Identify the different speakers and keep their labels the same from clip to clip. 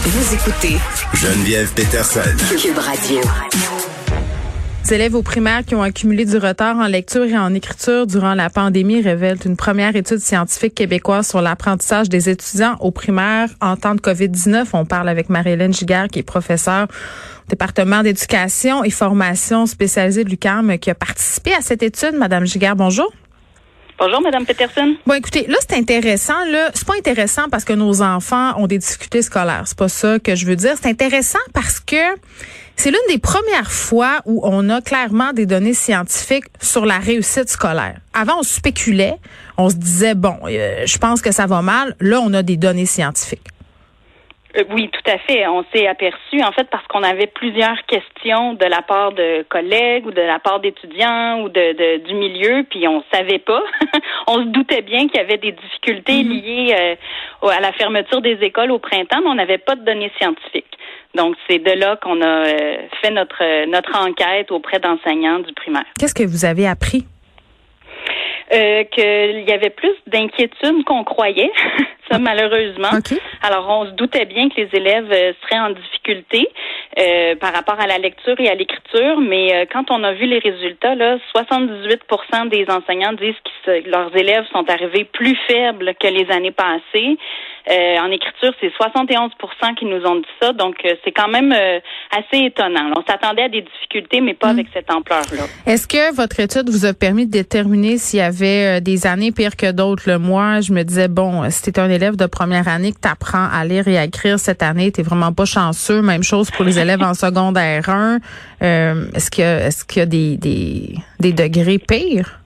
Speaker 1: Vous écoutez
Speaker 2: Geneviève Peterson.
Speaker 1: Cube Radio.
Speaker 3: Les élèves au primaire qui ont accumulé du retard en lecture et en écriture durant la pandémie révèlent une première étude scientifique québécoise sur l'apprentissage des étudiants au primaire en temps de COVID-19. On parle avec Marie-Hélène Giguère, qui est professeure au département d'éducation et formation spécialisée de l'UQAM, qui a participé à cette étude. Madame Giguère, bonjour.
Speaker 4: Bonjour, Madame Peterson.
Speaker 3: Bon, écoutez, là, c'est intéressant. Là, c'est pas intéressant parce que nos enfants ont des difficultés scolaires. C'est pas ça que je veux dire. C'est intéressant parce que c'est l'une des premières fois où on a clairement des données scientifiques sur la réussite scolaire. Avant, on spéculait. On se disait, bon, je pense que ça va mal. Là, on a des données scientifiques.
Speaker 4: Oui, tout à fait. On s'est aperçu, en fait, parce qu'on avait plusieurs questions de la part de collègues ou de la part d'étudiants ou du milieu, puis on savait pas. On se doutait bien qu'il y avait des difficultés liées à la fermeture des écoles au printemps, mais on n'avait pas de données scientifiques. Donc, c'est de là qu'on a fait notre enquête auprès d'enseignants du primaire.
Speaker 3: Qu'est-ce que vous avez appris?
Speaker 4: Qu'il y avait plus d'inquiétude qu'on croyait, ça malheureusement.
Speaker 3: Okay. Alors,
Speaker 4: on se doutait bien que les élèves seraient en difficulté par rapport à la lecture et à l'écriture, mais quand on a vu les résultats, là, 78% des enseignants disent que leurs élèves sont arrivés plus faibles que les années passées. En écriture, c'est 71% qui nous ont dit ça, donc c'est quand même assez étonnant. On s'attendait à des difficultés, mais pas avec cette ampleur-là.
Speaker 3: Est-ce que votre étude vous a permis de déterminer s'il y avait des années pires que d'autres? Moi, je me disais, bon, si t'es un élève de première année que t'apprends à lire et à écrire cette année, t'es vraiment pas chanceux. Même chose pour les élèves en secondaire 1. Est-ce qu'il y a des degrés pires?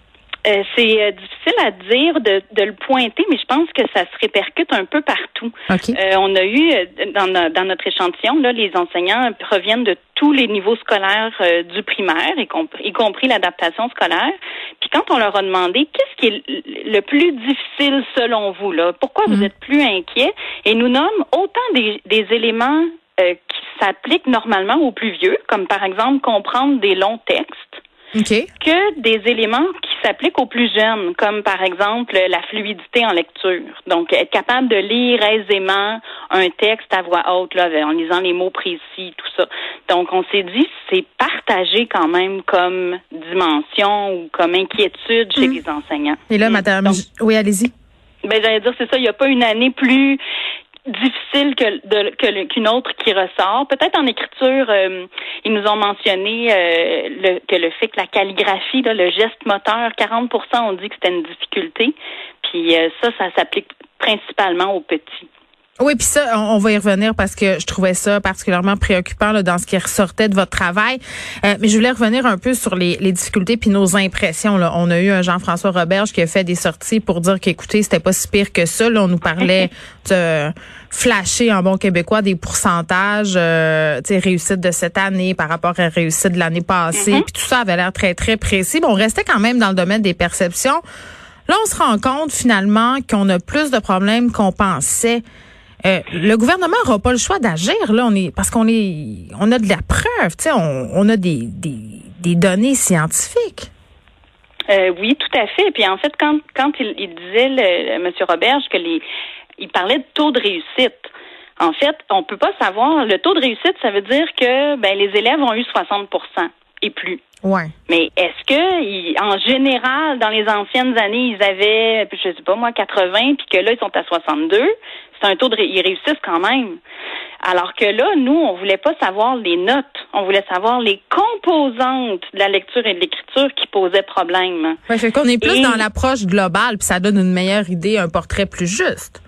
Speaker 4: C'est difficile à dire de le pointer, mais je pense que ça se répercute un peu partout.
Speaker 3: Okay.
Speaker 4: On a eu dans notre échantillon, là, les enseignants proviennent de tous les niveaux scolaires du primaire, y compris l'adaptation scolaire. Puis quand on leur a demandé qu'est-ce qui est le plus difficile selon vous, là, pourquoi vous êtes plus inquiets, et nous nomment autant des éléments qui s'appliquent normalement aux plus vieux, comme par exemple comprendre des longs textes.
Speaker 3: Okay.
Speaker 4: Que des éléments qui s'appliquent aux plus jeunes, comme par exemple la fluidité en lecture. Donc, être capable de lire aisément un texte à voix haute, là, en lisant les mots précis, tout ça. Donc, on s'est dit, c'est partagé quand même comme dimension ou comme inquiétude chez les enseignants.
Speaker 3: Et là, madame,
Speaker 4: donc,
Speaker 3: oui, allez-y.
Speaker 4: Ben, j'allais dire, c'est ça, il n'y a pas une année plus difficile qu'une autre qui ressort. Peut-être en écriture, ils nous ont mentionné que le fait que la calligraphie, là, le geste moteur, 40% ont dit que c'était une difficulté. Puis ça s'applique principalement aux petits.
Speaker 3: Oui, puis ça, on va y revenir parce que je trouvais ça particulièrement préoccupant là, dans ce qui ressortait de votre travail. Mais je voulais revenir un peu sur les difficultés puis nos impressions. Là. On a eu un Jean-François Roberge qui a fait des sorties pour dire qu'écoutez, c'était pas si pire que ça. Là, on nous parlait de flasher en bon québécois des pourcentages réussite de cette année par rapport à réussite de l'année passée. Puis tout ça avait l'air très, très précis. Mais on restait quand même dans le domaine des perceptions. Là, on se rend compte finalement qu'on a plus de problèmes qu'on pensait. Le gouvernement n'aura pas le choix d'agir là, parce qu'on a de la preuve, tu sais, on a des données scientifiques.
Speaker 4: Oui, tout à fait. Puis en fait, quand il disait M. Roberge il parlait de taux de réussite. En fait, on peut pas savoir le taux de réussite, ça veut dire que les élèves ont eu 60% et plus.
Speaker 3: Ouais.
Speaker 4: Mais est-ce que en général, dans les anciennes années, ils avaient, je sais pas moi, 80, puis que là ils sont à 62? C'est un taux ils réussissent quand même. Alors que là, nous, on voulait pas savoir les notes. On voulait savoir les composantes de la lecture et de l'écriture qui posaient problème.
Speaker 3: Ouais, fait qu'on est plus dans l'approche globale, puis ça donne une meilleure idée, un portrait plus juste.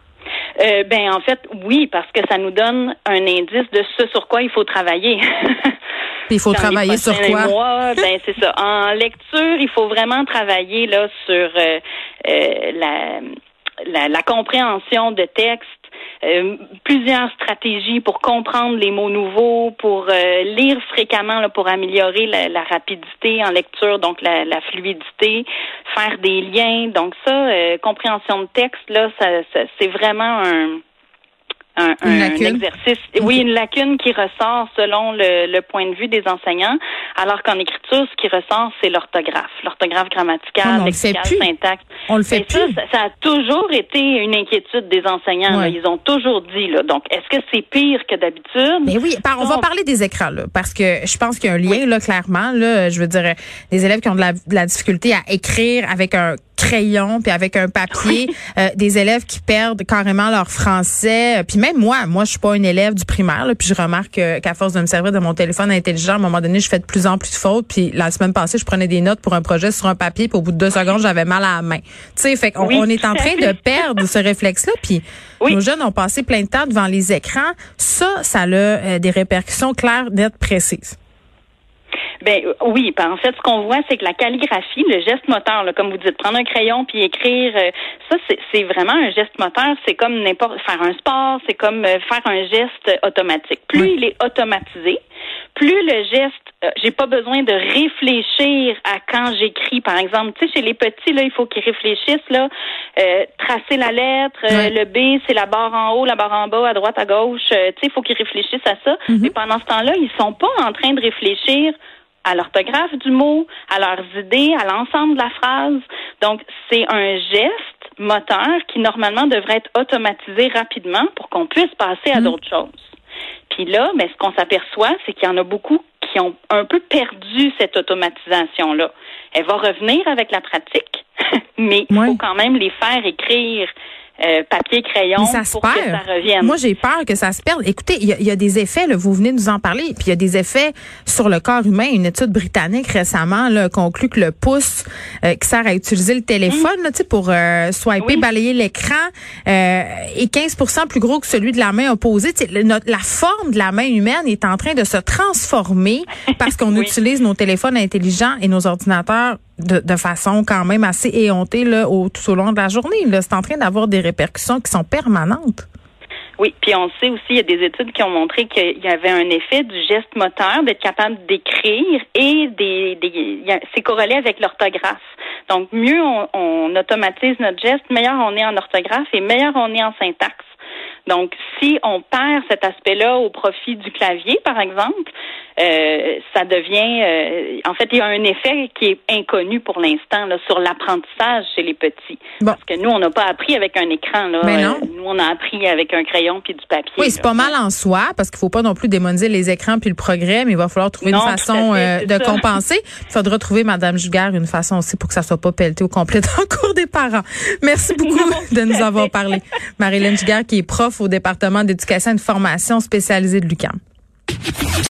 Speaker 4: En fait, oui, parce que ça nous donne un indice de ce sur quoi il faut travailler.
Speaker 3: Puis il faut travailler sur quoi?
Speaker 4: Mois, c'est ça. En lecture, il faut vraiment travailler là sur la compréhension de texte, plusieurs stratégies pour comprendre les mots nouveaux, pour lire fréquemment là, pour améliorer la rapidité en lecture, donc la fluidité, faire des liens. Donc ça, compréhension de texte, là, ça c'est vraiment un exercice, oui, une lacune qui ressort selon le point de vue des enseignants, alors qu'en écriture, ce qui ressort, c'est l'orthographe grammaticale, lexicale, syntaxe.
Speaker 3: On le fait plus.
Speaker 4: Ça a toujours été une inquiétude des enseignants.
Speaker 3: Ouais.
Speaker 4: Là, ils ont toujours dit, là. Donc, est-ce que c'est pire que d'habitude?
Speaker 3: Mais oui, on va parler des écrans, là, parce que je pense qu'il y a un lien, là, clairement, là, je veux dire, des élèves qui ont de la difficulté à écrire avec un crayon puis avec un papier, des élèves qui perdent carrément leur français, puis même moi je suis pas une élève du primaire là, puis je remarque qu'à force de me servir de mon téléphone intelligent, à un moment donné, je fais de plus en plus de fautes, puis la semaine passée, je prenais des notes pour un projet sur un papier, puis au bout de 2 secondes, j'avais mal à la main. Tu sais, fait qu'on on est en train de perdre ce réflexe-là, puis nos jeunes ont passé plein de temps devant les écrans. Ça a des répercussions claires, nettes, précises.
Speaker 4: Ben oui, en fait, ce qu'on voit, c'est que la calligraphie, le geste moteur, là, comme vous dites, prendre un crayon puis écrire, ça, c'est vraiment un geste moteur. C'est comme faire un sport, c'est comme faire un geste automatique. Plus il est automatisé, plus le geste, j'ai pas besoin de réfléchir à quand j'écris, par exemple. Tu sais, chez les petits, là, il faut qu'ils réfléchissent, là, tracer la lettre, le B, c'est la barre en haut, la barre en bas, à droite, à gauche. Tu sais, il faut qu'ils réfléchissent à ça. Mais pendant ce temps-là, ils sont pas en train de réfléchir à l'orthographe du mot, à leurs idées, à l'ensemble de la phrase. Donc, c'est un geste moteur qui, normalement, devrait être automatisé rapidement pour qu'on puisse passer à d'autres choses. Puis là, ce qu'on s'aperçoit, c'est qu'il y en a beaucoup qui ont un peu perdu cette automatisation-là. Elle va revenir avec la pratique, mais il faut quand même les faire écrire papier, crayon pour que ça revienne.
Speaker 3: Moi, j'ai peur que ça se perde. Écoutez, il y a des effets, là, vous venez de nous en parler, puis il y a des effets sur le corps humain. Une étude britannique récemment là, conclut que le pouce qui sert à utiliser le téléphone là, pour swiper, balayer l'écran est 15% plus gros que celui de la main opposée. La forme de la main humaine est en train de se transformer parce qu'on utilise nos téléphones intelligents et nos ordinateurs de façon quand même assez éhontée là, tout au long de la journée. Là. C'est en train d'avoir des répercussions qui sont permanentes.
Speaker 4: Oui, puis on sait aussi, il y a des études qui ont montré qu'il y avait un effet du geste moteur, d'être capable d'écrire et c'est corrélé avec l'orthographe. Donc, mieux on automatise notre geste, meilleur on est en orthographe et meilleur on est en syntaxe. Donc, si on perd cet aspect-là au profit du clavier, par exemple, ça devient... en fait, il y a un effet qui est inconnu pour l'instant là, sur l'apprentissage chez les petits. Bon. Parce que nous, on n'a pas appris avec un écran. Là. Nous, on a appris avec un crayon puis du papier.
Speaker 3: Oui, c'est pas mal en soi, parce qu'il faut pas non plus démoniser les écrans puis le progrès, mais il va falloir trouver une façon de compenser. Il faudra trouver, Mme Giguère, une façon aussi pour que ça soit pas pelleté au complet dans le cours des parents. Merci beaucoup de nous avoir parlé. Marie-Hélène Giguère, qui est prof au département d'éducation et de formation spécialisée de l'UQAM.